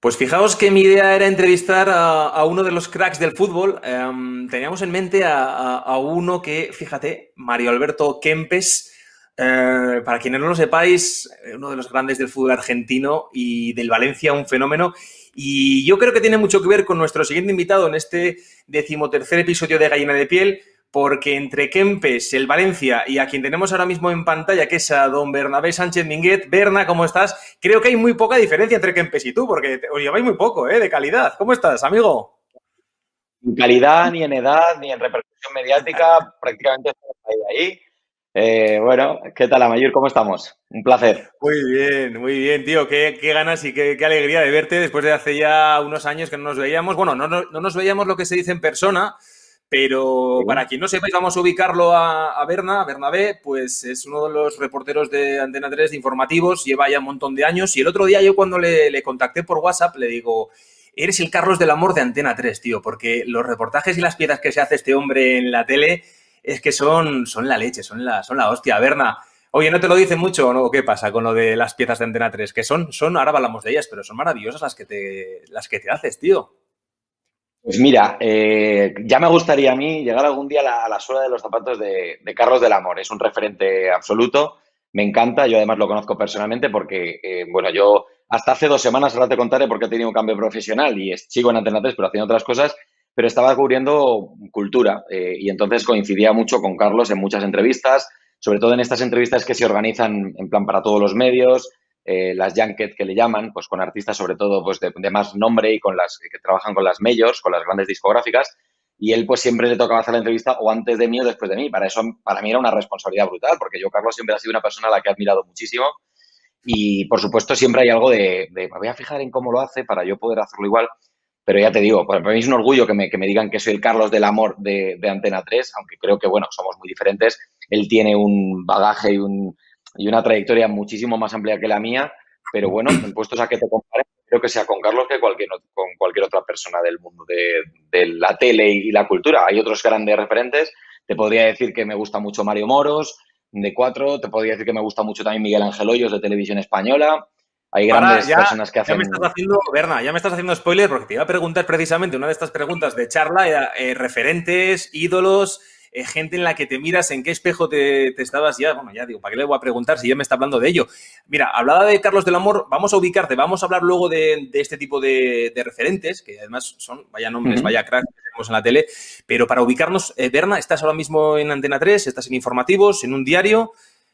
Pues fijaos que mi idea era entrevistar a uno de los cracks del fútbol. Teníamos en mente a uno que, fíjate, Mario Alberto Kempes, para quienes no lo sepáis, uno de los grandes del fútbol argentino y del Valencia, un fenómeno. Y yo creo que tiene mucho que ver con nuestro siguiente invitado en este 13º episodio de Gallina de Piel, porque entre Kempes, el Valencia y a quien tenemos ahora mismo en pantalla, que es a don Bernabé Sánchez Minguet. Berna, ¿cómo estás? Creo que hay muy poca diferencia entre Kempes y tú, porque os lleváis muy poco, de calidad. ¿Cómo estás, amigo? En calidad, ni en edad, ni en repercusión mediática, prácticamente estamos ahí. Bueno, ¿qué tal, Amayur? ¿Cómo estamos? Un placer. Muy bien, tío. Qué ganas y qué alegría de verte después de hace ya unos años que no nos veíamos. Bueno, no nos veíamos lo que se dice en persona, pero para quien no sepáis, vamos a ubicarlo a Berna. Bernabé, pues es uno de los reporteros de Antena 3 de informativos, lleva ya un montón de años. Y el otro día yo cuando le contacté por WhatsApp le digo, eres el Carlos del Amor de Antena 3, tío, porque los reportajes y las piezas que se hace este hombre en la tele es que son la leche, son la hostia. Berna, oye, ¿no te lo dicen mucho o no? ¿Qué pasa con lo de las piezas de Antena 3? Que son, ahora hablamos de ellas, pero son maravillosas las que te haces, tío. Pues mira, ya me gustaría a mí llegar algún día a la suela de los zapatos de Carlos del Amor. Es un referente absoluto, me encanta. Yo además lo conozco personalmente porque, bueno, yo hasta hace 2 semanas, ahora te contaré porque he tenido un cambio profesional y sigo en Antena 3, pero haciendo otras cosas, pero estaba cubriendo cultura y entonces coincidía mucho con Carlos en muchas entrevistas, sobre todo en estas entrevistas que se organizan en plan para todos los medios, las junket que le llaman, pues con artistas sobre todo pues de más nombre y con las que trabajan con las majors, con las grandes discográficas, y él pues siempre le tocaba hacer la entrevista o antes de mí o después de mí. Para eso, para mí era una responsabilidad brutal, porque yo, Carlos, siempre ha sido una persona a la que he admirado muchísimo y, por supuesto, siempre hay algo de me voy a fijar en cómo lo hace para yo poder hacerlo igual. Pero ya te digo, para mí es un orgullo que me digan que soy el Carlos del Amor de Antena 3, aunque creo que, bueno, somos muy diferentes. Él tiene un bagaje y una trayectoria muchísimo más amplia que la mía, pero bueno, en puestos a que te compare, creo que sea con Carlos que con cualquier otra persona del mundo de la tele y la cultura. Hay otros grandes referentes. Te podría decir que me gusta mucho Mario Moros, de Cuatro. Te podría decir que me gusta mucho también Miguel Ángel Hoyos, de Televisión Española. Hay Para, grandes personas que ya me hacen... estás haciendo, Berna, ya me estás haciendo spoiler porque te iba a preguntar precisamente una de estas preguntas de charla, era, referentes, ídolos, gente en la que te miras, en qué espejo te estabas ya, bueno, ya digo, ¿para qué le voy a preguntar si ya me está hablando de ello? Mira, hablaba de Carlos del Amor, vamos a ubicarte, vamos a hablar luego de este tipo de referentes, que además son, vaya nombres, vaya cracks que tenemos en la tele, pero para ubicarnos, Berna, estás ahora mismo en Antena 3, estás en informativos, en un diario,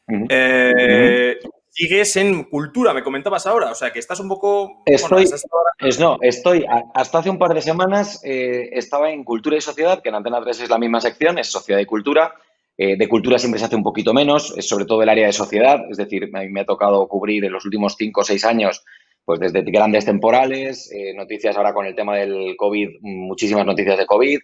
sigues en cultura, me comentabas ahora, o sea que estás un poco... Bueno, Estoy, estás ahora... hasta hace un par de semanas estaba en Cultura y Sociedad, que en Antena 3 es la misma sección, es Sociedad y Cultura. De cultura siempre se hace un poquito menos, es sobre todo el área de sociedad, es decir, a mí me ha tocado cubrir en los últimos 5 o 6 años, pues desde grandes temporales, noticias ahora con el tema del COVID, muchísimas noticias de COVID,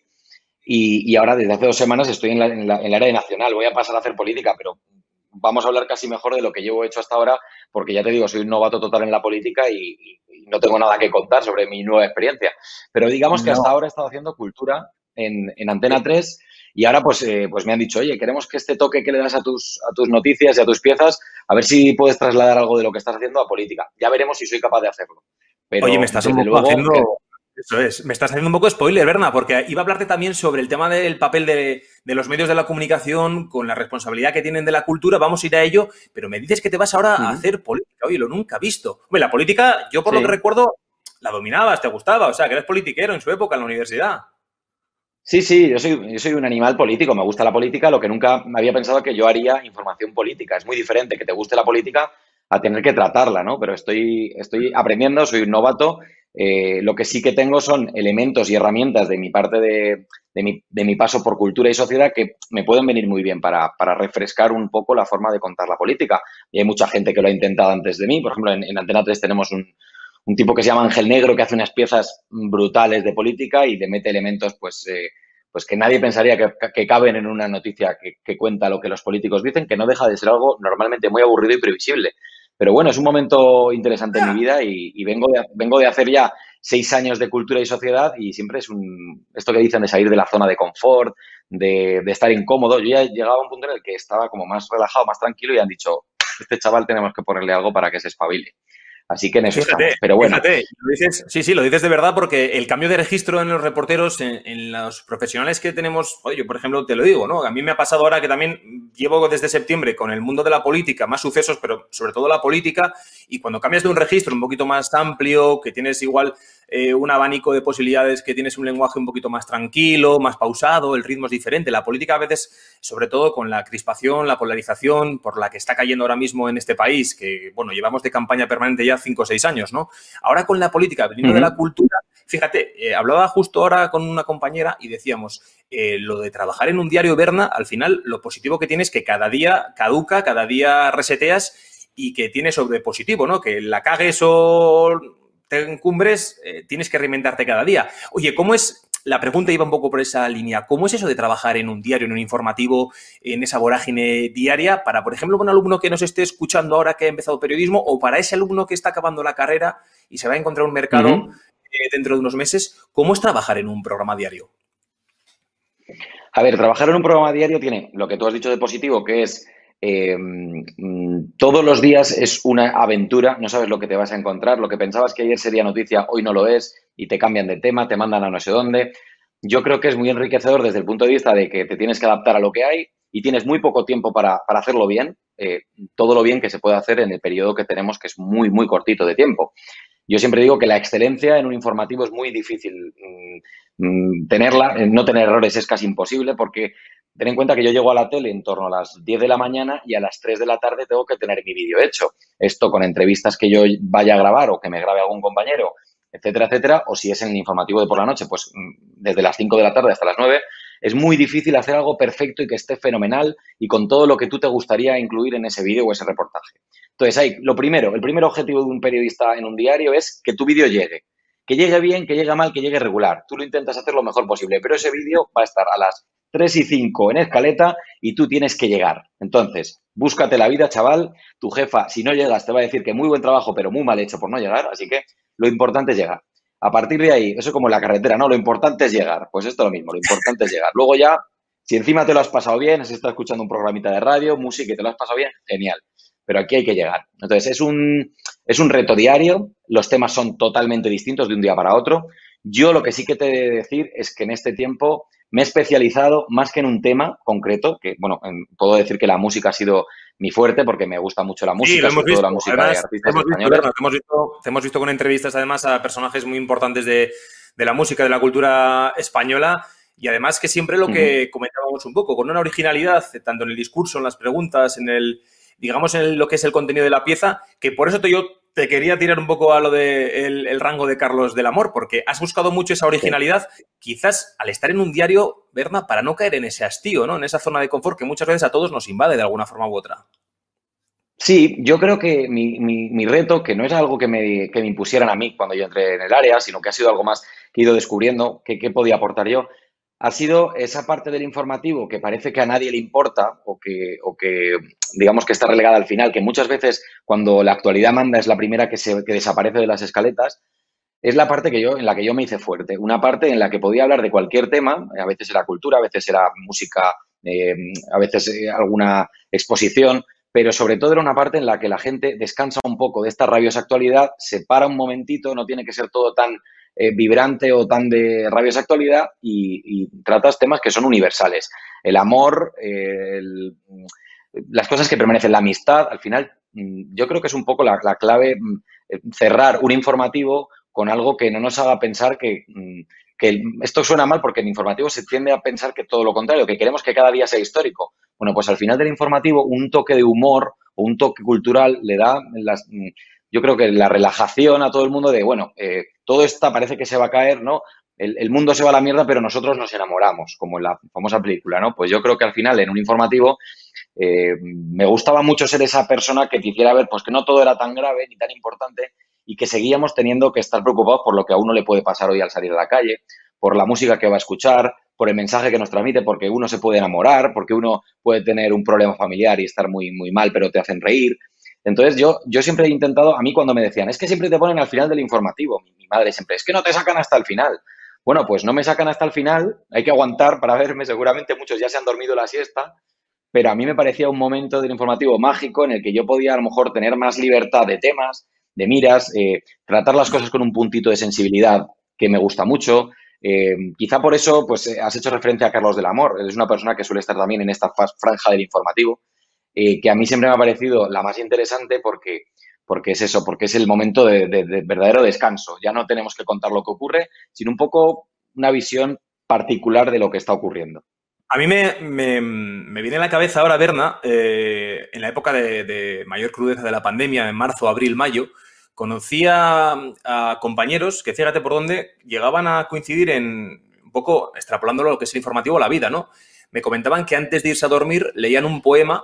y ahora desde hace 2 semanas estoy en el área nacional. Voy a pasar a hacer política, pero vamos a hablar casi mejor de lo que llevo hecho hasta ahora, porque ya te digo, soy un novato total en la política y no tengo nada que contar sobre mi nueva experiencia. Pero digamos que hasta No. ahora he estado haciendo cultura en Antena 3 y ahora pues me han dicho, oye, queremos que este toque que le das a tus noticias y a tus piezas, a ver si puedes trasladar algo de lo que estás haciendo a política. Ya veremos si soy capaz de hacerlo. Oye, me Pero estás un desde poco luego que haciendo... Eso es, me estás haciendo un poco spoiler, Berna, porque iba a hablarte también sobre el tema del papel de los medios de la comunicación con la responsabilidad que tienen de la cultura, vamos a ir a ello, pero me dices que te vas ahora a hacer política. Oye, lo nunca visto. Hombre, la política, yo por lo que sí. recuerdo, la dominabas, te gustaba, o sea, que eres politiquero en su época en la universidad. Sí, sí, yo soy un animal político, me gusta la política, lo que nunca me había pensado que yo haría información política. Es muy diferente que te guste la política a tener que tratarla, ¿no? Pero estoy aprendiendo, soy un novato. Lo que sí que tengo son elementos y herramientas de mi parte de mi paso por cultura y sociedad que me pueden venir muy bien para refrescar un poco la forma de contar la política. Y hay mucha gente que lo ha intentado antes de mí. Por ejemplo, en Antena 3 tenemos un tipo que se llama Ángel Negro, que hace unas piezas brutales de política y le mete elementos pues que nadie pensaría que caben en una noticia que cuenta lo que los políticos dicen, que no deja de ser algo normalmente muy aburrido y previsible. Pero bueno, es un momento interesante en mi vida y vengo de hacer ya 6 años de cultura y sociedad y siempre es esto que dicen de salir de la zona de confort, de estar incómodo. Yo ya llegaba a un punto en el que estaba como más relajado, más tranquilo y han dicho, este chaval tenemos que ponerle algo para que se espabile. Así que en eso Fíjate, estamos. Pero bueno. fíjate, lo dices, sí, sí, lo dices de verdad porque el cambio de registro en los reporteros, en los profesionales que tenemos, oye, yo por ejemplo te lo digo, ¿no? A mí me ha pasado ahora que también llevo desde septiembre con el mundo de la política, más sucesos, pero sobre todo la política, y cuando cambias de un registro un poquito más amplio, que tienes igual un abanico de posibilidades, que tienes un lenguaje un poquito más tranquilo, más pausado, el ritmo es diferente. La política a veces, sobre todo con la crispación, la polarización por la que está cayendo ahora mismo en este país, que, bueno, llevamos de campaña permanente ya 5 o 6 años, ¿no? Ahora con la política, viniendo de la cultura, fíjate, hablaba justo ahora con una compañera y decíamos, lo de trabajar en un diario, Berna, al final lo positivo que tiene es que cada día caduca, cada día reseteas y que tiene sobre positivo, ¿no? Que la cagues o te encumbres, tienes que reinventarte cada día. Oye, ¿cómo es? La pregunta iba un poco por esa línea. ¿Cómo es eso de trabajar en un diario, en un informativo, en esa vorágine diaria para, por ejemplo, un alumno que nos esté escuchando ahora que ha empezado periodismo o para ese alumno que está acabando la carrera y se va a encontrar un mercado dentro de unos meses? ¿Cómo es trabajar en un programa diario? A ver, trabajar en un programa diario tiene lo que tú has dicho de positivo, que es todos los días es una aventura, no sabes lo que te vas a encontrar, lo que pensabas que ayer sería noticia, hoy no lo es, y te cambian de tema, te mandan a no sé dónde. Yo creo que es muy enriquecedor desde el punto de vista de que te tienes que adaptar a lo que hay y tienes muy poco tiempo para hacerlo bien, todo lo bien que se puede hacer en el periodo que tenemos, que es muy, muy cortito de tiempo. Yo siempre digo que la excelencia en un informativo es muy difícil tenerla, no tener errores es casi imposible porque ten en cuenta que yo llego a la tele en torno a las 10 de la mañana y a las 3 de la tarde tengo que tener mi vídeo hecho. Esto con entrevistas que yo vaya a grabar o que me grabe algún compañero, etcétera, etcétera, o si es en el informativo de por la noche, pues desde las 5 de la tarde hasta las 9, es muy difícil hacer algo perfecto y que esté fenomenal y con todo lo que tú te gustaría incluir en ese vídeo o ese reportaje. Entonces, ahí, lo primero, el primer objetivo de un periodista en un diario es que tu vídeo llegue. Que llegue bien, que llegue mal, que llegue regular. Tú lo intentas hacer lo mejor posible, pero ese vídeo va a estar a las 3 y 5 en escaleta y tú tienes que llegar. Entonces, búscate la vida, chaval. Tu jefa, si no llegas, te va a decir que muy buen trabajo, pero muy mal hecho por no llegar. Así que lo importante es llegar. A partir de ahí, eso es como la carretera, ¿no? Lo importante es llegar. Pues esto es lo mismo, lo importante es llegar. Luego ya, si encima te lo has pasado bien, has estado escuchando un programita de radio, música y te lo has pasado bien, genial. Pero aquí hay que llegar. Entonces, es un reto diario. Los temas son totalmente distintos de un día para otro. Yo lo que sí que te he de decir es que en este tiempo me he especializado más que en un tema concreto, que, bueno, puedo decir que la música ha sido mi fuerte porque me gusta mucho la Sí, música, lo hemos sobre todo visto. la música de Además, artistas hemos visto, españoles. Berna, te hemos visto con entrevistas además a personajes muy importantes de la música, de la cultura española y además que siempre lo que comentábamos un poco, con una originalidad, tanto en el discurso, en las preguntas, en el, digamos, en lo que es el contenido de la pieza, que por eso yo te quería tirar un poco a lo de el rango de Carlos del Amor, porque has buscado mucho esa originalidad, quizás al estar en un diario, Berna, para no caer en ese hastío, ¿no? En esa zona de confort que muchas veces a todos nos invade de alguna forma u otra. Sí, yo creo que mi reto, que no es algo que me impusieran a mí cuando yo entré en el área, sino que ha sido algo más que he ido descubriendo, que qué podía aportar yo, ha sido esa parte del informativo que parece que a nadie le importa o que digamos que está relegada al final, que muchas veces cuando la actualidad manda es la primera que desaparece de las escaletas, es la parte en la que yo me hice fuerte. Una parte en la que podía hablar de cualquier tema, a veces era cultura, a veces era música, a veces alguna exposición, pero sobre todo era una parte en la que la gente descansa un poco de esta rabiosa actualidad, se para un momentito, no tiene que ser todo tan vibrante o tan de rabiosa actualidad y tratas temas que son universales. El amor, las cosas que permanecen, la amistad, al final yo creo que es un poco la clave cerrar un informativo con algo que no nos haga pensar que esto suena mal porque en informativo se tiende a pensar que todo lo contrario, que queremos que cada día sea histórico. Bueno, pues al final del informativo un toque de humor o un toque cultural le da yo creo que la relajación a todo el mundo de, bueno, todo esto parece que se va a caer, ¿no? El mundo se va a la mierda, pero nosotros nos enamoramos, como en la famosa película, ¿no? Pues yo creo que al final en un informativo me gustaba mucho ser esa persona que te hiciera ver pues que no todo era tan grave ni tan importante y que seguíamos teniendo que estar preocupados por lo que a uno le puede pasar hoy al salir a la calle, por la música que va a escuchar, por el mensaje que nos transmite, porque uno se puede enamorar, porque uno puede tener un problema familiar y estar muy, muy mal, pero te hacen reír. Entonces yo siempre he intentado, a mí cuando me decían, es que siempre te ponen al final del informativo, mi madre siempre, es que no te sacan hasta el final. Bueno, pues no me sacan hasta el final, hay que aguantar para verme, seguramente muchos ya se han dormido la siesta, pero a mí me parecía un momento del informativo mágico en el que yo podía a lo mejor tener más libertad de temas, miras, tratar las cosas con un puntito de sensibilidad que me gusta mucho. Quizá por eso pues, has hecho referencia a Carlos del Amor. Es una persona que suele estar también en esta franja del informativo, que a mí siempre me ha parecido la más interesante porque es eso, porque es el momento de verdadero descanso. Ya no tenemos que contar lo que ocurre, sino un poco una visión particular de lo que está ocurriendo. A mí me viene a la cabeza ahora, Berna, en la época de mayor crudeza de la pandemia, en marzo, abril, mayo, conocí a compañeros que, fíjate por dónde, llegaban a coincidir en, un poco extrapolándolo lo que es el informativo, la vida, ¿no? Me comentaban que antes de irse a dormir leían un poema,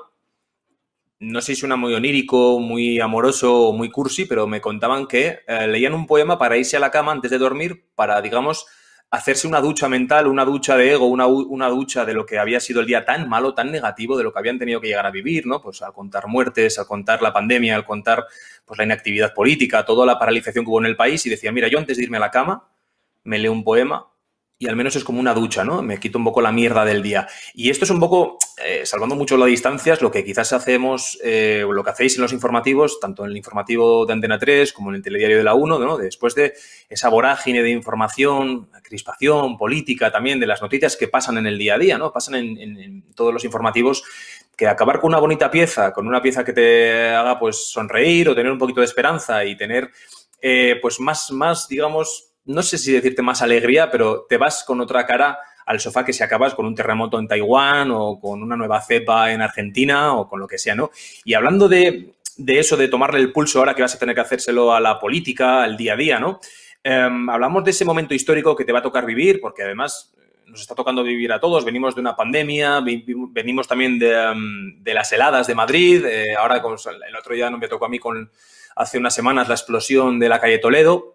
no sé si suena muy onírico, muy amoroso o muy cursi, pero me contaban que leían un poema para irse a la cama antes de dormir, para, digamos, hacerse una ducha mental, una ducha de ego, una ducha de lo que había sido el día tan malo, tan negativo, de lo que habían tenido que llegar a vivir, ¿no? Pues al contar muertes, al contar la pandemia, al contar pues la inactividad política, toda la paralización que hubo en el país, y decía, mira, yo antes de irme a la cama me leo un poema y al menos es como una ducha, ¿no? Me quito un poco la mierda del día. Y esto es un poco, salvando mucho las distancias, lo que quizás hacemos, lo que hacéis en los informativos, tanto en el informativo de Antena 3 como en el telediario de la 1, ¿no? Después de esa vorágine de información, crispación, política también, de las noticias que pasan en el día a día, ¿no? Pasan en todos los informativos, que acabar con una bonita pieza, con una pieza que te haga pues sonreír o tener un poquito de esperanza y tener pues más, digamos, no sé si decirte más alegría, pero te vas con otra cara al sofá que si acabas con un terremoto en Taiwán o con una nueva cepa en Argentina o con lo que sea, ¿no? Y hablando de eso, de tomarle el pulso ahora que vas a tener que hacérselo a la política, al día a día, ¿no? Hablamos de ese momento histórico que te va a tocar vivir, porque además nos está tocando vivir a todos. Venimos de una pandemia, venimos también de las heladas de Madrid. Ahora, el otro día no me tocó a mí hace unas semanas la explosión de la calle Toledo.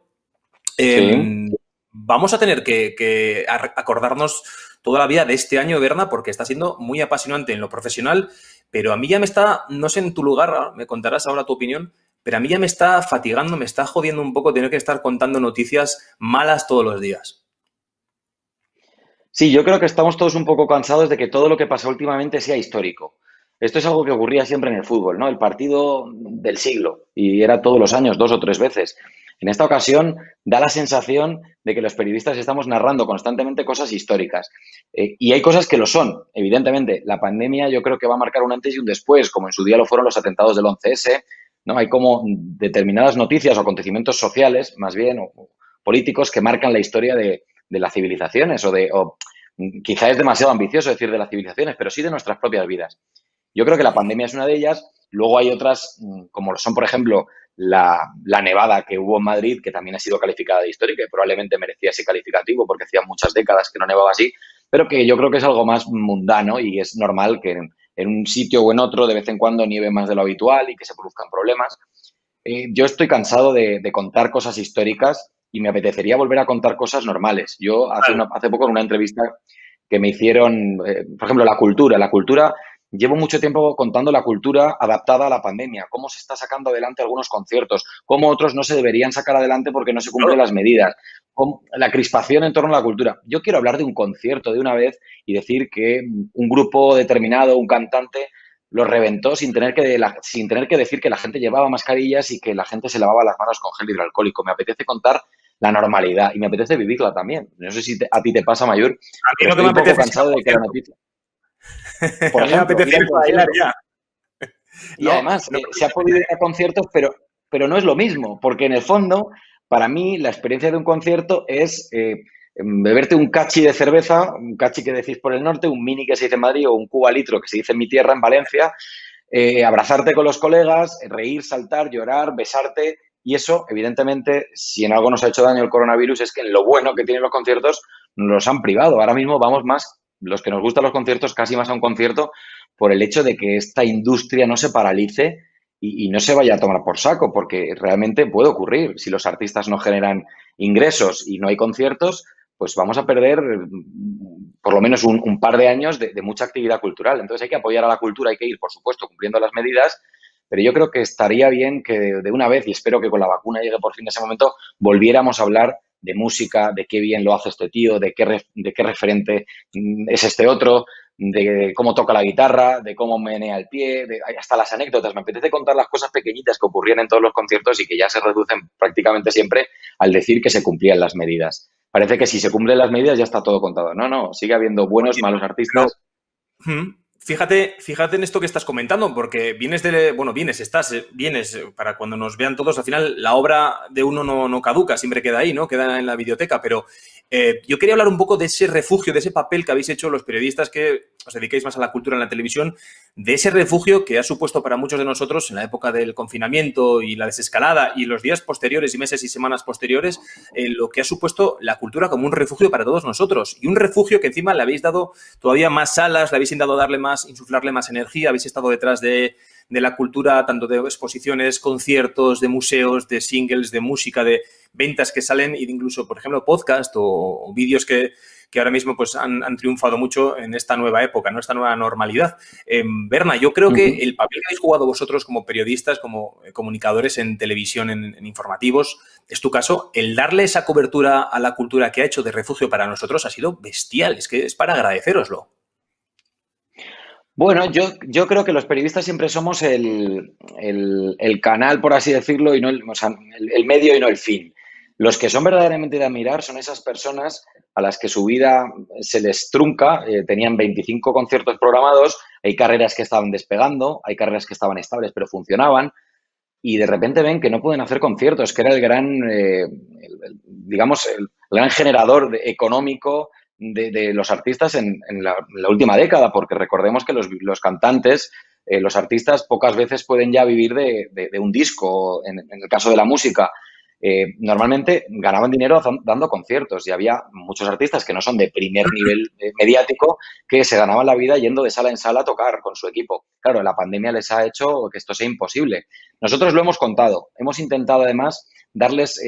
Sí. Vamos a tener que acordarnos toda la vida de este año, Berna, porque está siendo muy apasionante en lo profesional, pero a mí ya me está, no sé en tu lugar, me contarás ahora tu opinión, pero a mí ya me está fatigando, me está jodiendo un poco tener que estar contando noticias malas todos los días. Sí, yo creo que estamos todos un poco cansados de que todo lo que pasa últimamente sea histórico. Esto es algo que ocurría siempre en el fútbol, ¿no? El partido del siglo, y era todos los años, 2 o 3 veces. En esta ocasión da la sensación de que los periodistas estamos narrando constantemente cosas históricas. Y hay cosas que lo son, evidentemente. La pandemia yo creo que va a marcar un antes y un después, como en su día lo fueron los atentados del 11S, ¿no? Hay como determinadas noticias o acontecimientos sociales, más bien, o políticos, que marcan la historia de las civilizaciones o quizá es demasiado ambicioso decir de las civilizaciones, pero sí de nuestras propias vidas. Yo creo que la pandemia es una de ellas. Luego hay otras, como son, por ejemplo, la nevada que hubo en Madrid, que también ha sido calificada de histórica y probablemente merecía ese calificativo porque hacía muchas décadas que no nevaba así, pero que yo creo que es algo más mundano y es normal que en un sitio o en otro de vez en cuando nieve más de lo habitual y que se produzcan problemas. Yo estoy cansado de contar cosas históricas y me apetecería volver a contar cosas normales. Yo hace poco en una entrevista que me hicieron, por ejemplo, la cultura. La cultura, llevo mucho tiempo contando la cultura adaptada a la pandemia, cómo se está sacando adelante algunos conciertos, cómo otros no se deberían sacar adelante porque no se cumplen las medidas, la crispación en torno a la cultura. Yo quiero hablar de un concierto de una vez y decir que un grupo determinado, un cantante, lo reventó sin tener que decir que la gente llevaba mascarillas y que la gente se lavaba las manos con gel hidroalcohólico. Me apetece contar la normalidad y me apetece vivirla también. No sé si a ti te pasa, Mayur, A mí pero lo que estoy me un poco apetece es ir a cansado un de que la concierto. noticia... Por A mí me ejemplo, apetece ir a un ir a bailar concierto. ya. Y No, además, no, se ha podido ir a conciertos, pero no es lo mismo, porque en el fondo, para mí, la experiencia de un concierto es beberte un cachi de cerveza, un cachi que decís por el norte, un mini que se dice en Madrid o un Cuba litro que se dice en mi tierra, en Valencia, abrazarte con los colegas, reír, saltar, llorar, besarte. Y eso, evidentemente, si en algo nos ha hecho daño el coronavirus, es que en lo bueno que tienen los conciertos nos los han privado. Ahora mismo vamos más, los que nos gustan los conciertos, casi más a un concierto por el hecho de que esta industria no se paralice y no se vaya a tomar por saco, porque realmente puede ocurrir. Si los artistas no generan ingresos y no hay conciertos, pues vamos a perder por lo menos un par de años de mucha actividad cultural. Entonces hay que apoyar a la cultura, hay que ir, por supuesto, cumpliendo las medidas, pero yo creo que estaría bien que de una vez, y espero que con la vacuna llegue por fin ese momento, volviéramos a hablar de música, de qué bien lo hace este tío, de qué referente es este otro, de cómo toca la guitarra, de cómo menea el pie, hasta las anécdotas. Me apetece contar las cosas pequeñitas que ocurrían en todos los conciertos y que ya se reducen prácticamente siempre al decir que se cumplían las medidas. Parece que si se cumplen las medidas ya está todo contado. No, no, sigue habiendo buenos, malos artistas. Fíjate en esto que estás comentando, porque vienes, para cuando nos vean todos, al final la obra de uno no caduca, siempre queda ahí, ¿no? Queda en la biblioteca, pero yo quería hablar un poco de ese refugio, de ese papel que habéis hecho los periodistas que os dedicáis más a la cultura en la televisión, de ese refugio que ha supuesto para muchos de nosotros en la época del confinamiento y la desescalada y los días posteriores y meses y semanas posteriores, lo que ha supuesto la cultura como un refugio para todos nosotros. Y un refugio que encima le habéis dado todavía más alas, le habéis intentado darle más, insuflarle más energía, habéis estado detrás de la cultura, tanto de exposiciones, conciertos, de museos, de singles, de música, de ventas que salen, e incluso, por ejemplo, podcast o vídeos que ahora mismo pues, han triunfado mucho en esta nueva época, ¿no? Esta nueva normalidad. Berna, yo creo que el papel que habéis jugado vosotros como periodistas, como comunicadores en televisión, en informativos, es tu caso, el darle esa cobertura a la cultura que ha hecho de refugio para nosotros ha sido bestial. Es que es para agradecéroslo. Bueno, yo creo que los periodistas siempre somos el canal, por así decirlo, y no o sea, el medio y no el fin. Los que son verdaderamente de admirar son esas personas a las que su vida se les trunca, tenían 25 conciertos programados, hay carreras que estaban despegando, hay carreras que estaban estables pero funcionaban, y de repente ven que no pueden hacer conciertos, que era el gran, digamos, el gran generador económico de los artistas en la última década, porque recordemos que los cantantes, los artistas pocas veces pueden ya vivir de un disco, en el caso de la música. Normalmente ganaban dinero dando conciertos y había muchos artistas que no son de primer nivel mediático que se ganaban la vida yendo de sala en sala a tocar con su equipo. Claro, la pandemia les ha hecho que esto sea imposible. Nosotros lo hemos contado. Hemos intentado además darles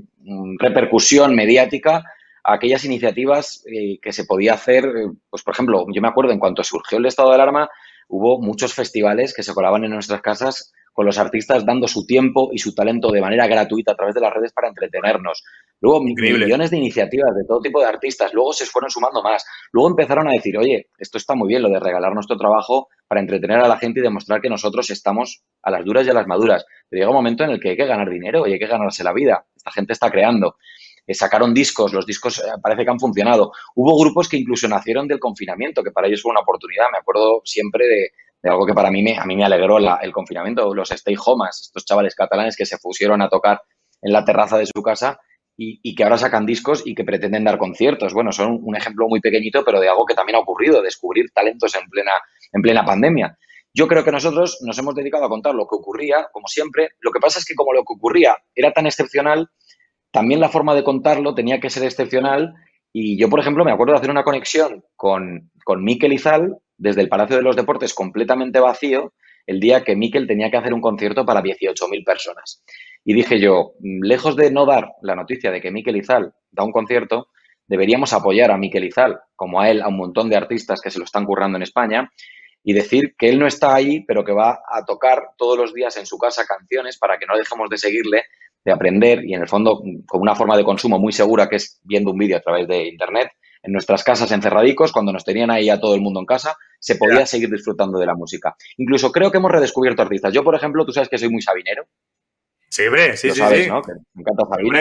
repercusión mediática a aquellas iniciativas que se podía hacer. Pues, por ejemplo, yo me acuerdo en cuanto surgió el estado de alarma, hubo muchos festivales que se colaban en nuestras casas con los artistas dando su tiempo y su talento de manera gratuita a través de las redes para entretenernos. Luego, millones de iniciativas de todo tipo de artistas. Luego se fueron sumando más. Luego empezaron a decir, oye, esto está muy bien, lo de regalar nuestro trabajo para entretener a la gente y demostrar que nosotros estamos a las duras y a las maduras. Pero llega un momento en el que hay que ganar dinero y hay que ganarse la vida. Esta gente está creando. Sacaron discos, los discos parece que han funcionado. Hubo grupos que incluso nacieron del confinamiento, que para ellos fue una oportunidad. Me acuerdo siempre de algo que para mí a mí me alegró el confinamiento, los Stay Homas, estos chavales catalanes que se pusieron a tocar en la terraza de su casa y que ahora sacan discos y que pretenden dar conciertos. Bueno, son un ejemplo muy pequeñito, pero de algo que también ha ocurrido, descubrir talentos en plena pandemia. Yo creo que nosotros nos hemos dedicado a contar lo que ocurría, como siempre. Lo que pasa es que como lo que ocurría era tan excepcional, también la forma de contarlo tenía que ser excepcional. Y yo, por ejemplo, me acuerdo de hacer una conexión con Mikel Izal desde el Palacio de los Deportes completamente vacío el día que Mikel tenía que hacer un concierto para 18.000 personas. Y dije yo, lejos de no dar la noticia de que Mikel Izal da un concierto, deberíamos apoyar a Mikel Izal, como a él, a un montón de artistas que se lo están currando en España, y decir que él no está ahí, pero que va a tocar todos los días en su casa canciones para que no dejemos de seguirle, de aprender y, en el fondo, con una forma de consumo muy segura que es viendo un vídeo a través de Internet, en nuestras casas encerradicos, cuando nos tenían ahí a todo el mundo en casa, se podía seguir disfrutando de la música. Incluso creo que hemos redescubierto artistas. Yo, por ejemplo, tú sabes que soy muy sabinero. Sí, hombre, sí, Lo sí, sabes, sí. ¿no? Que me encanta Sabina.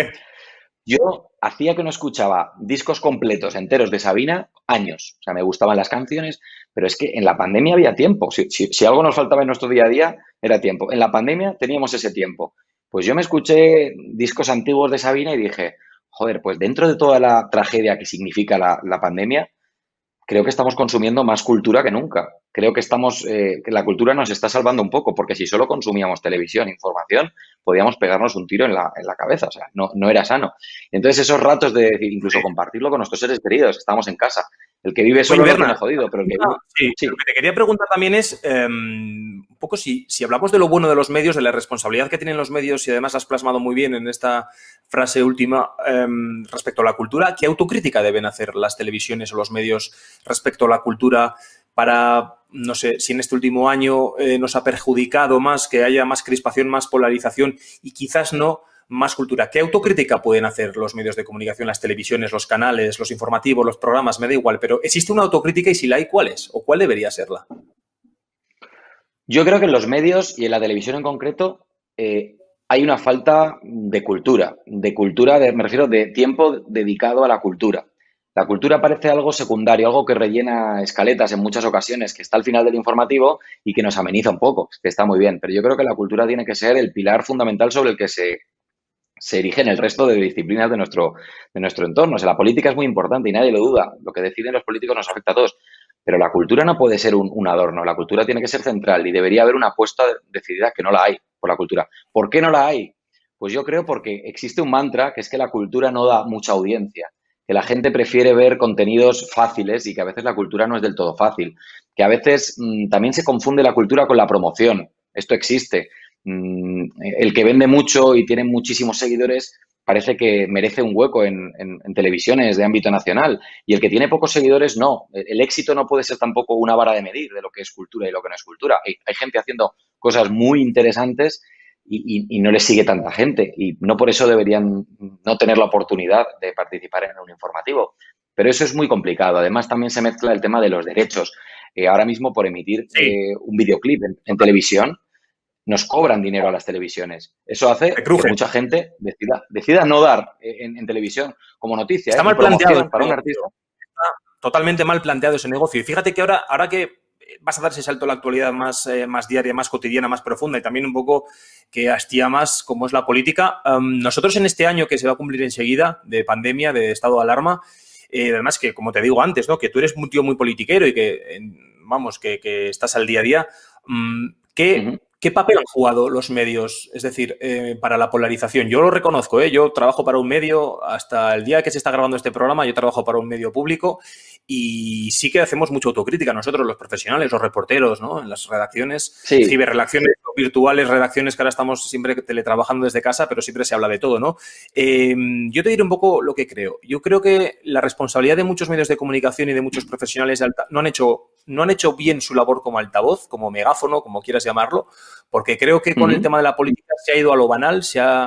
Yo hacía que no escuchaba discos completos, enteros de Sabina, años. O sea, me gustaban las canciones, pero es que en la pandemia había tiempo. Si algo nos faltaba en nuestro día a día, era tiempo. En la pandemia teníamos ese tiempo. Pues yo me escuché discos antiguos de Sabina y dije, joder, pues dentro de toda la tragedia que significa la pandemia, creo que estamos consumiendo más cultura que nunca. Creo que que la cultura nos está salvando un poco, porque si solo consumíamos televisión, información, podíamos pegarnos un tiro en la cabeza. O sea, no era sano. Entonces, esos ratos de decir, incluso compartirlo con nuestros seres queridos, estamos en casa. El que vive solo no tiene jodido, pero el que vive... Sí, lo que te quería preguntar también es un poco si hablamos de lo bueno de los medios, de la responsabilidad que tienen los medios, y además has plasmado muy bien en esta frase última respecto a la cultura, ¿qué autocrítica deben hacer las televisiones o los medios respecto a la cultura para, no sé, si en este último año nos ha perjudicado más, que haya más crispación, más polarización y quizás no más cultura. ¿Qué autocrítica pueden hacer los medios de comunicación, las televisiones, los canales, los informativos, los programas? Me da igual, pero ¿existe una autocrítica y si la hay, cuál es? ¿O cuál debería serla? Yo creo que en los medios y en la televisión en concreto hay una falta de cultura, me refiero de tiempo dedicado a la cultura. La cultura parece algo secundario, algo que rellena escaletas en muchas ocasiones, que está al final del informativo y que nos ameniza un poco, que está muy bien. Pero yo creo que la cultura tiene que ser el pilar fundamental sobre el que se erigen el resto de disciplinas de nuestro entorno. O sea, la política es muy importante y nadie lo duda. Lo que deciden los políticos nos afecta a todos. Pero la cultura no puede ser un adorno. La cultura tiene que ser central y debería haber una apuesta decidida que no la hay por la cultura. ¿Por qué no la hay? Pues yo creo porque existe un mantra que es que la cultura no da mucha audiencia, que la gente prefiere ver contenidos fáciles y que a veces la cultura no es del todo fácil, que a veces también se confunde la cultura con la promoción. Esto existe. El que vende mucho y tiene muchísimos seguidores parece que merece un hueco en televisiones de ámbito nacional y el que tiene pocos seguidores no. El éxito no puede ser tampoco una vara de medir de lo que es cultura y lo que no es cultura. Hay gente haciendo cosas muy interesantes y no les sigue tanta gente y no por eso deberían no tener la oportunidad de participar en un informativo. Pero eso es muy complicado. Además, también se mezcla el tema de los derechos. Ahora mismo, por emitir Sí, un videoclip en televisión, nos cobran dinero a las televisiones. Eso te hace que cruje. mucha gente decida no dar en televisión como noticia, Está ni mal planteado promoción ese para un negocio. artista. Está totalmente mal planteado ese negocio. Y fíjate que ahora que vas a dar ese salto a la actualidad más diaria, más cotidiana, más profunda y también un poco que hastía más como es la política, nosotros en este año que se va a cumplir enseguida de pandemia, de estado de alarma, además que, como te digo antes, ¿no? Que tú eres un tío muy politiquero y que, vamos, que estás al día a día, Ujú. ¿qué papel han jugado los medios? Es decir, para la polarización. Yo lo reconozco, ¿eh? Yo trabajo para un medio, hasta el día que se está grabando este programa, yo trabajo para un medio público y sí que hacemos mucha autocrítica nosotros, los profesionales, los reporteros, ¿no? En las redacciones, Sí. ciberredacciones virtuales, redacciones que ahora estamos siempre teletrabajando desde casa, pero siempre se habla de todo, ¿no? Yo te diré un poco lo que creo. Yo creo que la responsabilidad de muchos medios de comunicación y de muchos profesionales no han hecho bien su labor como altavoz, como megáfono, como quieras llamarlo, porque creo que con el Ujú. tema de la política se ha ido a lo banal,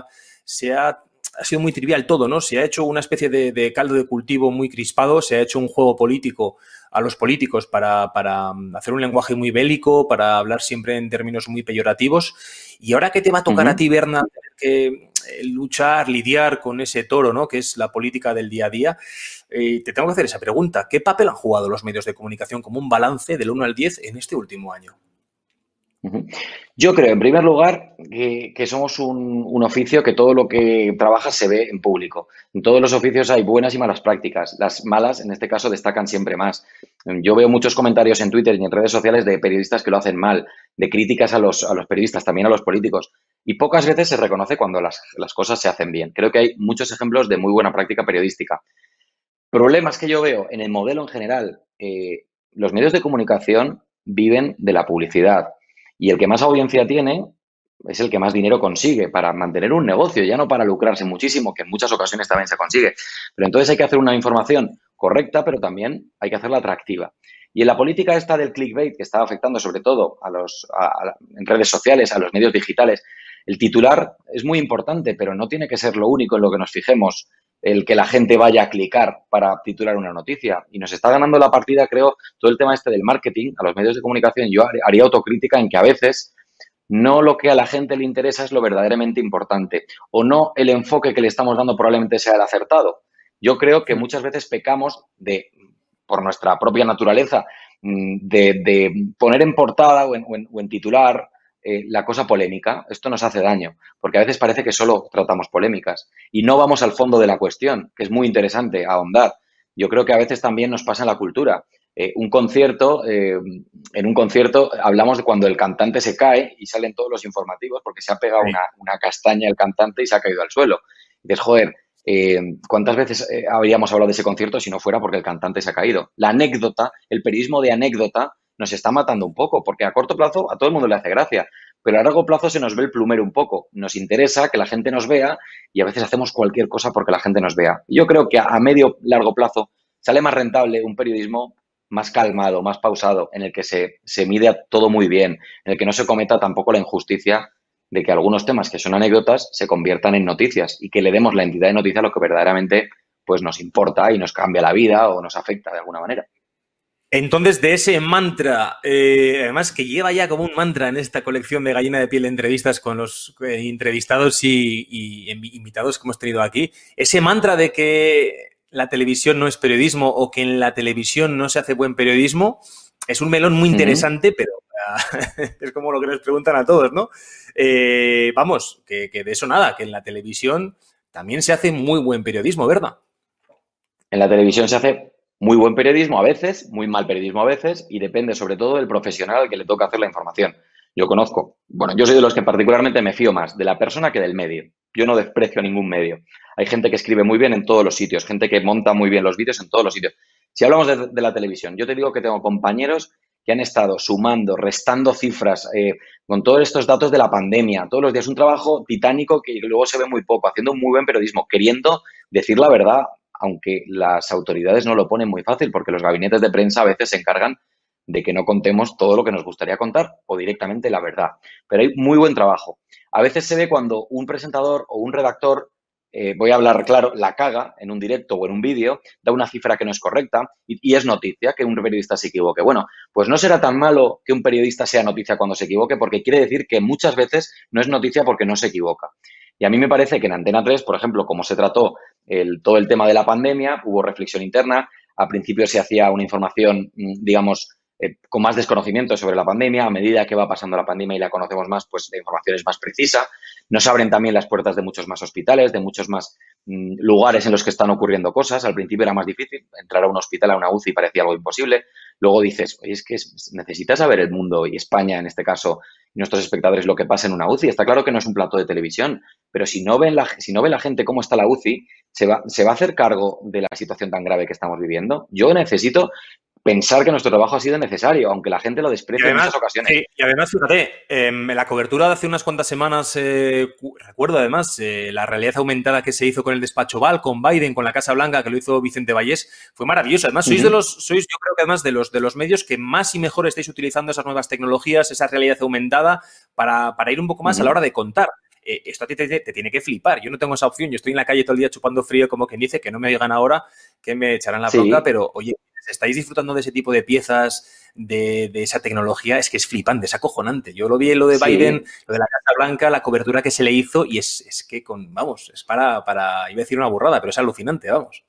ha sido muy trivial todo, ¿no? Se ha hecho una especie de caldo de cultivo muy crispado, se ha hecho un juego político a los políticos para hacer un lenguaje muy bélico, para hablar siempre en términos muy peyorativos. Y ahora que te va a tocar a Ujú. ti, Berna, tener que luchar, lidiar con ese toro, ¿no? Que es la política del día a día, te tengo que hacer esa pregunta. ¿Qué papel han jugado los medios de comunicación como un balance del 1 al 10 en este último año? Ujú. Yo creo, en primer lugar, que somos un oficio que todo lo que trabaja se ve en público. En todos los oficios hay buenas y malas prácticas. Las malas, en este caso, destacan siempre más. Yo veo muchos comentarios en Twitter y en redes sociales de periodistas que lo hacen mal, de críticas a los periodistas, también a los políticos. Y pocas veces se reconoce cuando las cosas se hacen bien. Creo que hay muchos ejemplos de muy buena práctica periodística. Problemas que yo veo en el modelo en general. Los medios de comunicación viven de la publicidad y el que más audiencia tiene es el que más dinero consigue para mantener un negocio, ya no para lucrarse muchísimo, que en muchas ocasiones también se consigue. Pero entonces hay que hacer una información correcta, pero también hay que hacerla atractiva. Y en la política esta del clickbait, que está afectando sobre todo en redes sociales, a los medios digitales, el titular es muy importante, pero no tiene que ser lo único en lo que nos fijemos el que la gente vaya a clicar para titular una noticia. Y nos está ganando la partida, creo, todo el tema este del marketing a los medios de comunicación. Yo haría autocrítica en que a veces no lo que a la gente le interesa es lo verdaderamente importante o no el enfoque que le estamos dando probablemente sea el acertado. Yo creo que muchas veces pecamos por nuestra propia naturaleza, de poner en portada o en titular la cosa polémica. Esto nos hace daño, porque a veces parece que solo tratamos polémicas y no vamos al fondo de la cuestión, que es muy interesante ahondar. Yo creo que a veces también nos pasa en la cultura. En un concierto hablamos de cuando el cantante se cae y salen todos los informativos porque se ha pegado Sí. una castaña el cantante y se ha caído al suelo. Y dices, joder, ¿cuántas veces habríamos hablado de ese concierto si no fuera porque el cantante se ha caído? La anécdota, el periodismo de anécdota, nos está matando un poco, porque a corto plazo a todo el mundo le hace gracia, pero a largo plazo se nos ve el plumero un poco. Nos interesa que la gente nos vea y a veces hacemos cualquier cosa porque la gente nos vea. Yo creo que a medio, largo plazo sale más rentable un periodismo más calmado, más pausado, en el que se mide todo muy bien, en el que no se cometa tampoco la injusticia de que algunos temas que son anécdotas se conviertan en noticias y que le demos la entidad de noticia a lo que verdaderamente pues, nos importa y nos cambia la vida o nos afecta de alguna manera. Entonces, de ese mantra, además que lleva ya como un mantra en esta colección de Gallina de Piel de entrevistas con los entrevistados y invitados que hemos tenido aquí, ese mantra de que la televisión no es periodismo o que en la televisión no se hace buen periodismo, es un melón muy interesante, pero es como lo que nos preguntan a todos, ¿no? Vamos, que de eso nada, que en la televisión también se hace muy buen periodismo, ¿verdad? En la televisión se hace muy buen periodismo a veces, muy mal periodismo a veces, y depende sobre todo del profesional al que le toca hacer la información. Yo conozco, bueno, yo soy de los que particularmente me fío más de la persona que del medio. Yo no desprecio a ningún medio. Hay gente que escribe muy bien en todos los sitios, gente que monta muy bien los vídeos en todos los sitios. Si hablamos de la televisión, yo te digo que tengo compañeros que han estado sumando, restando cifras, con todos estos datos de la pandemia, todos los días un trabajo titánico que luego se ve muy poco, haciendo un muy buen periodismo, queriendo decir la verdad, aunque las autoridades no lo ponen muy fácil, porque los gabinetes de prensa a veces se encargan de que no contemos todo lo que nos gustaría contar o directamente la verdad. Pero hay muy buen trabajo. A veces se ve cuando un presentador o un redactor, voy a hablar claro, la caga en un directo o en un vídeo, da una cifra que no es correcta y es noticia que un periodista se equivoque. Bueno, pues no será tan malo que un periodista sea noticia cuando se equivoque, porque quiere decir que muchas veces no es noticia porque no se equivoca. Y a mí me parece que en Antena 3, por ejemplo, como se trató todo el tema de la pandemia, hubo reflexión interna. Al principio se hacía una información, digamos, con más desconocimiento sobre la pandemia. A medida que va pasando la pandemia y la conocemos más, pues la información es más precisa. Nos abren también las puertas de muchos más hospitales, de muchos más lugares en los que están ocurriendo cosas. Al principio era más difícil. Entrar a un hospital, a una UCI, parecía algo imposible. Luego dices, oye, es que necesitas saber el mundo y España, en este caso, y nuestros espectadores, lo que pasa en una UCI. Está claro que no es un plato de televisión, pero si no ve la gente cómo está la UCI, se va a hacer cargo de la situación tan grave que estamos viviendo. Yo necesito pensar que nuestro trabajo ha sido necesario, aunque la gente lo desprecie en muchas ocasiones. Sí, y además, fíjate, en la cobertura de hace unas cuantas semanas, recuerdo además la realidad aumentada que se hizo con el despacho Oval, con Biden, con la Casa Blanca, que lo hizo Vicente Vallés, fue maravilloso. Además, sois yo creo que además de los medios que más y mejor estáis utilizando esas nuevas tecnologías, esa realidad aumentada, para ir un poco más a la hora de contar. Esto a ti te tiene que flipar. Yo no tengo esa opción. Yo estoy en la calle todo el día chupando frío, como quien dice, que no me oigan ahora, que me echarán la bronca, pero oye, estáis disfrutando de ese tipo de piezas, de esa tecnología, es que es flipante, es acojonante. Yo lo vi en lo de Biden, lo de la Casa Blanca, la cobertura que se le hizo, y es que vamos, es para, iba a decir una burrada, pero es alucinante, vamos.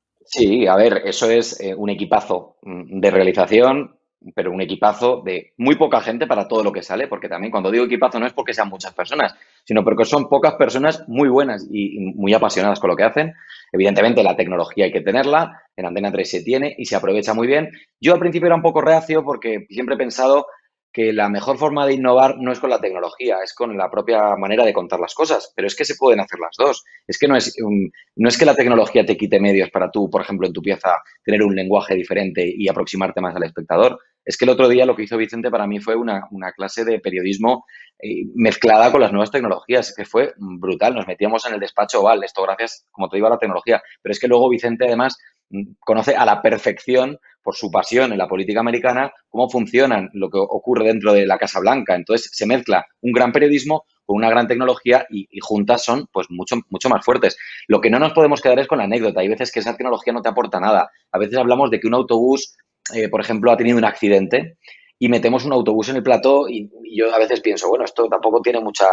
Sí, a ver, eso es un equipazo de realización, pero un equipazo de muy poca gente para todo lo que sale, porque también cuando digo equipazo no es porque sean muchas personas, sino porque son pocas personas muy buenas y muy apasionadas con lo que hacen. Evidentemente la tecnología hay que tenerla, en Antena 3 se tiene y se aprovecha muy bien. Yo al principio era un poco reacio porque siempre he pensado que la mejor forma de innovar no es con la tecnología, es con la propia manera de contar las cosas, pero es que se pueden hacer las dos. Es que no es que la tecnología te quite medios para tú, por ejemplo, en tu pieza tener un lenguaje diferente y aproximarte más al espectador. Es que el otro día lo que hizo Vicente para mí fue una clase de periodismo mezclada con las nuevas tecnologías, que fue brutal. Nos metíamos en el despacho Oval, esto gracias, como te digo, a la tecnología. Pero es que luego Vicente además conoce a la perfección, por su pasión en la política americana, cómo funcionan lo que ocurre dentro de la Casa Blanca. Entonces se mezcla un gran periodismo con una gran tecnología y juntas son pues mucho más fuertes. Lo que no nos podemos quedar es con la anécdota. Hay veces que esa tecnología no te aporta nada. A veces hablamos de que un autobús, por ejemplo, ha tenido un accidente y metemos un autobús en el plató y yo a veces pienso, bueno, esto tampoco tiene mucho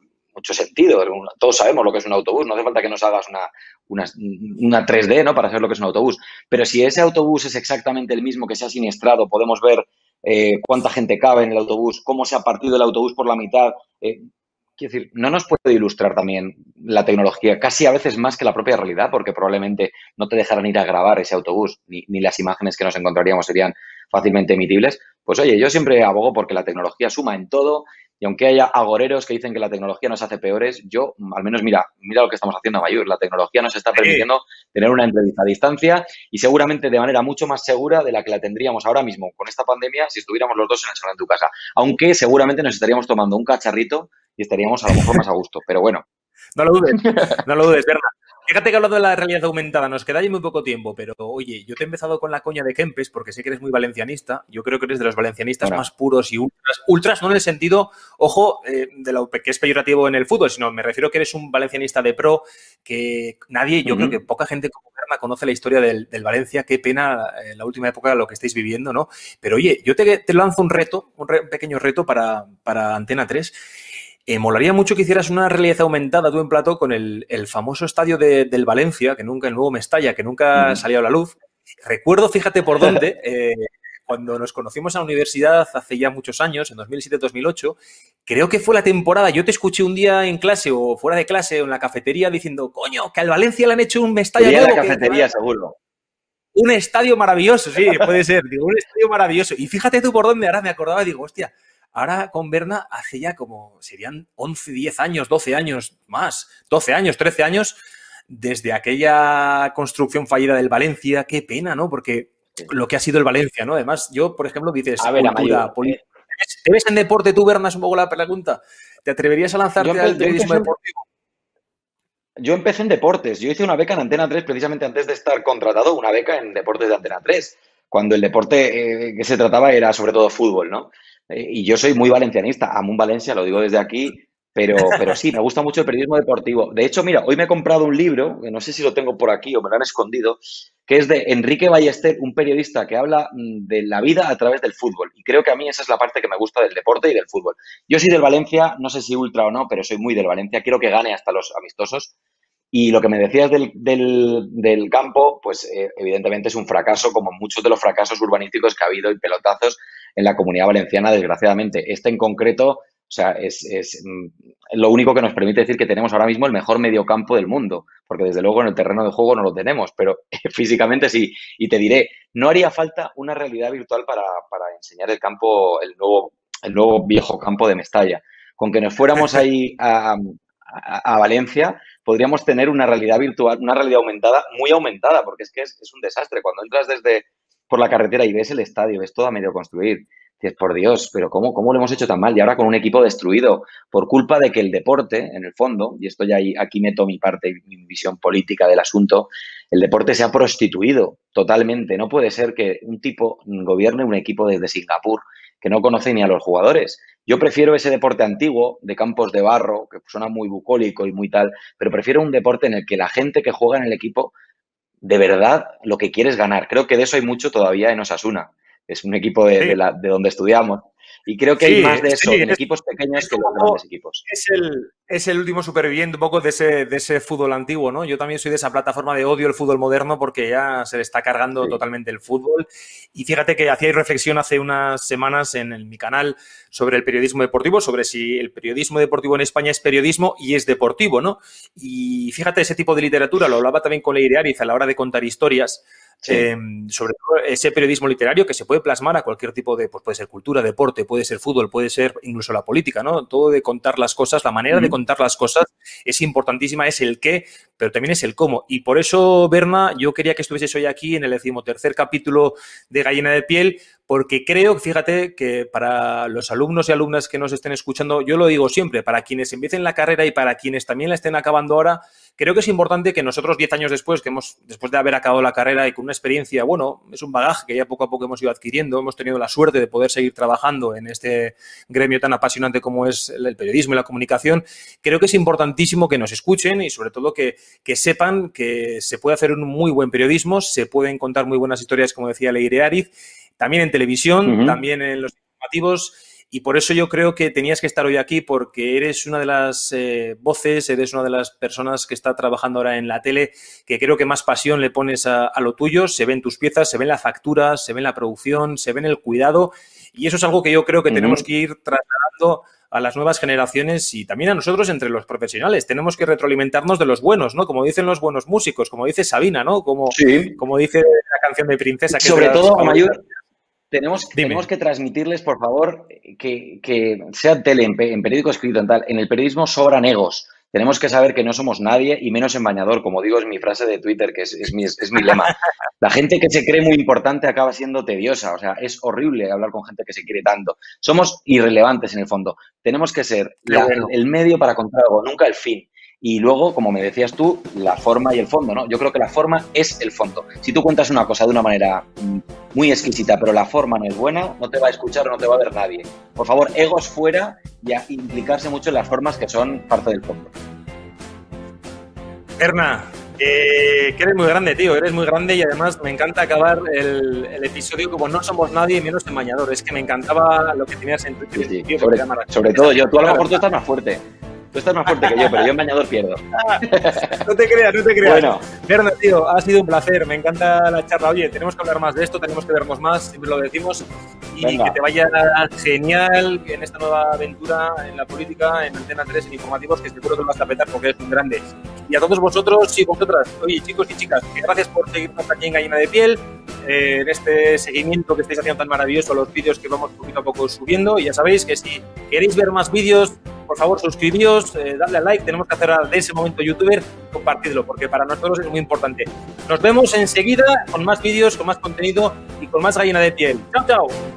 sentido. Todos sabemos lo que es un autobús, no hace falta que nos hagas una 3D, ¿no? Para saber lo que es un autobús. Pero si ese autobús es exactamente el mismo que se ha siniestrado, podemos ver cuánta gente cabe en el autobús, cómo se ha partido el autobús por la mitad. Quiero decir, ¿no nos puede ilustrar también la tecnología, casi a veces más que la propia realidad? Porque probablemente no te dejarán ir a grabar ese autobús, ni las imágenes que nos encontraríamos serían fácilmente emitibles. Pues oye, yo siempre abogo porque la tecnología suma en todo y aunque haya agoreros que dicen que la tecnología nos hace peores, yo, al menos, mira lo que estamos haciendo, Mayur. La tecnología nos está permitiendo tener una entrevista a distancia y seguramente de manera mucho más segura de la que la tendríamos ahora mismo con esta pandemia si estuviéramos los dos en el salón de tu casa. Aunque seguramente nos estaríamos tomando un cacharrito y estaríamos a lo mejor más a gusto, pero bueno. No lo dudes, Berna. Fíjate que hablando de la realidad aumentada, nos queda ya muy poco tiempo, pero oye, yo te he empezado con la coña de Kempes porque sé que eres muy valencianista. Yo creo que eres de los valencianistas Bueno, más puros y ultras. Ultras no en el sentido, ojo, de lo que es peyorativo en el fútbol, sino me refiero que eres un valencianista de pro, que nadie, yo creo que poca gente como Berna conoce la historia del Valencia. Qué pena en la última época lo que estáis viviendo, ¿no? Pero oye, yo te lanzo un reto, un pequeño reto para Antena 3. Molaría mucho que hicieras una realidad aumentada tú en plató con el famoso estadio del Valencia, que nunca, el nuevo Mestalla, que nunca salió a la luz. Recuerdo, fíjate por dónde, cuando nos conocimos en la universidad hace ya muchos años, en 2007-2008, creo que fue la temporada, yo te escuché un día en clase o fuera de clase o en la cafetería diciendo, coño, que al Valencia le han hecho un Mestalla sería en la nuevo. cafetería, seguro. Un estadio maravilloso, sí, puede ser. Digo, un estadio maravilloso. Y fíjate tú por dónde ahora me acordaba y digo, hostia, ahora con Berna hace ya como, serían 11, 10 años, 12 años más, 12 años, 13 años, desde aquella construcción fallida del Valencia. Qué pena, ¿no? Porque lo que ha sido el Valencia, ¿no? Además, yo, por ejemplo, dices A ver, cultura, política. ¿Te ves en deporte tú, Berna? Es un poco la pregunta. ¿Te atreverías a lanzarte al periodismo deportivo? Yo empecé en deportes. Yo hice una beca en Antena 3 precisamente antes de estar contratado, una beca en deportes de Antena 3, cuando el deporte que se trataba era sobre todo fútbol, ¿no? Y yo soy muy valencianista, amo un Valencia, lo digo desde aquí, pero sí, me gusta mucho el periodismo deportivo. De hecho, mira, hoy me he comprado un libro, que no sé si lo tengo por aquí o me lo han escondido, que es de Enrique Ballester, un periodista que habla de la vida a través del fútbol. Y creo que a mí esa es la parte que me gusta del deporte y del fútbol. Yo soy del Valencia, no sé si ultra o no, pero soy muy del Valencia. Quiero que gane hasta los amistosos. Y lo que me decías del campo, pues evidentemente es un fracaso, como muchos de los fracasos urbanísticos que ha habido y pelotazos en la Comunidad Valenciana, desgraciadamente. Este en concreto, o sea, es lo único que nos permite decir que tenemos ahora mismo el mejor mediocampo del mundo, porque desde luego en el terreno de juego no lo tenemos, pero físicamente sí. Y te diré, no haría falta una realidad virtual para enseñar el campo, el nuevo viejo campo de Mestalla. Con que nos fuéramos ahí a Valencia, podríamos tener una realidad virtual, una realidad aumentada, muy aumentada, porque es que es un desastre. Cuando entras por la carretera y ves el estadio, ves todo a medio construir, dices, por Dios, pero ¿cómo lo hemos hecho tan mal? Y ahora con un equipo destruido por culpa de que el deporte, en el fondo, y esto ya aquí meto mi parte, mi visión política del asunto, el deporte se ha prostituido totalmente. No puede ser que un tipo gobierne un equipo desde Singapur que no conoce ni a los jugadores. Yo prefiero ese deporte antiguo, de campos de barro, que suena muy bucólico y muy tal, pero prefiero un deporte en el que la gente que juega en el equipo, de verdad, lo que quiere es ganar. Creo que de eso hay mucho todavía en Osasuna. Es un equipo Sí. de donde estudiamos. Y creo que hay Sí, más de eso sí, en equipos pequeños que en los grandes equipos. es el último superviviente un poco de ese fútbol antiguo, ¿no? Yo también soy de esa plataforma de odio el fútbol moderno porque ya se le está cargando Sí. totalmente el fútbol. Y fíjate que hacía reflexión hace unas semanas en mi canal sobre el periodismo deportivo, sobre si el periodismo deportivo en España es periodismo y es deportivo, ¿no? Y fíjate, ese tipo de literatura, lo hablaba también con Leire Ariz a la hora de contar historias, Sí. sobre todo ese periodismo literario que se puede plasmar a cualquier tipo de, pues puede ser cultura, deporte, puede ser fútbol, puede ser incluso la política, ¿no? Todo de contar las cosas, la manera de contar las cosas es importantísima, es el qué, pero también es el cómo. Y por eso, Berna, yo quería que estuvieses hoy aquí en el 13º capítulo de Gallina de Piel, porque creo, fíjate, que para los alumnos y alumnas que nos estén escuchando, yo lo digo siempre, para quienes empiecen la carrera y para quienes también la estén acabando ahora, creo que es importante que nosotros 10 años después, después de haber acabado la carrera y con una experiencia, bueno, es un bagaje que ya poco a poco hemos ido adquiriendo, hemos tenido la suerte de poder seguir trabajando en este gremio tan apasionante como es el periodismo y la comunicación, creo que es importantísimo que nos escuchen y sobre todo que sepan que se puede hacer un muy buen periodismo, se pueden contar muy buenas historias, como decía Leire Ariz, también en televisión, también en los informativos. Y por eso yo creo que tenías que estar hoy aquí porque eres una de las voces, eres una de las personas que está trabajando ahora en la tele, que creo que más pasión le pones a lo tuyo, se ven tus piezas, se ven la factura, se ven la producción, se ven el cuidado y eso es algo que yo creo que tenemos que ir trasladando a las nuevas generaciones y también a nosotros entre los profesionales. Tenemos que retroalimentarnos de los buenos, ¿no? Como dicen los buenos músicos, como dice Sabina, ¿no? Como dice la canción de Princesa. Que sobre todo, Amayur, Dime. tenemos que transmitirles, por favor, que sea tele, en periódico escrito, en el periodismo sobran egos. Tenemos que saber que no somos nadie y menos en bañador, como digo, es mi frase de Twitter, que es mi lema. La gente que se cree muy importante acaba siendo tediosa, o sea, es horrible hablar con gente que se quiere tanto. Somos irrelevantes en el fondo. Tenemos que ser el medio para contar algo, nunca el fin. Y luego, como me decías tú, la forma y el fondo, ¿no? Yo creo que la forma es el fondo. Si tú cuentas una cosa de una manera muy exquisita, pero la forma no es buena, no te va a escuchar o no te va a ver nadie. Por favor, egos fuera y a implicarse mucho en las formas que son parte del fondo. Erna, que eres muy grande, tío, eres muy grande y además me encanta acabar el episodio como no somos nadie menos en Bañador. Es que me encantaba lo que tenías en Twitter. Sí, Tío, sobre todo yo. Tú a lo mejor tú estás más fuerte. Tú estás más fuerte que yo, pero yo en Bañador pierdo. No te creas. Bueno. Erna, tío, ha sido un placer. Me encanta la charla. Oye, tenemos que hablar más de esto, tenemos que vernos más, siempre lo decimos. Y venga, que te vaya genial en esta nueva aventura en la política, en Antena 3, en informativos, que seguro que lo vas a petar porque eres un grande. Y a todos vosotros y vosotras, oye, chicos y chicas, que gracias por seguirnos aquí en Gallina de Piel, en este seguimiento que estáis haciendo tan maravilloso, los vídeos que vamos poquito a poco subiendo. Y ya sabéis que si queréis ver más vídeos, por favor, suscribíos, dadle a like, tenemos que hacer de ese momento youtuber, compartidlo, porque para nosotros es muy importante. Nos vemos enseguida con más vídeos, con más contenido y con más Gallina de Piel. ¡Chao, chao!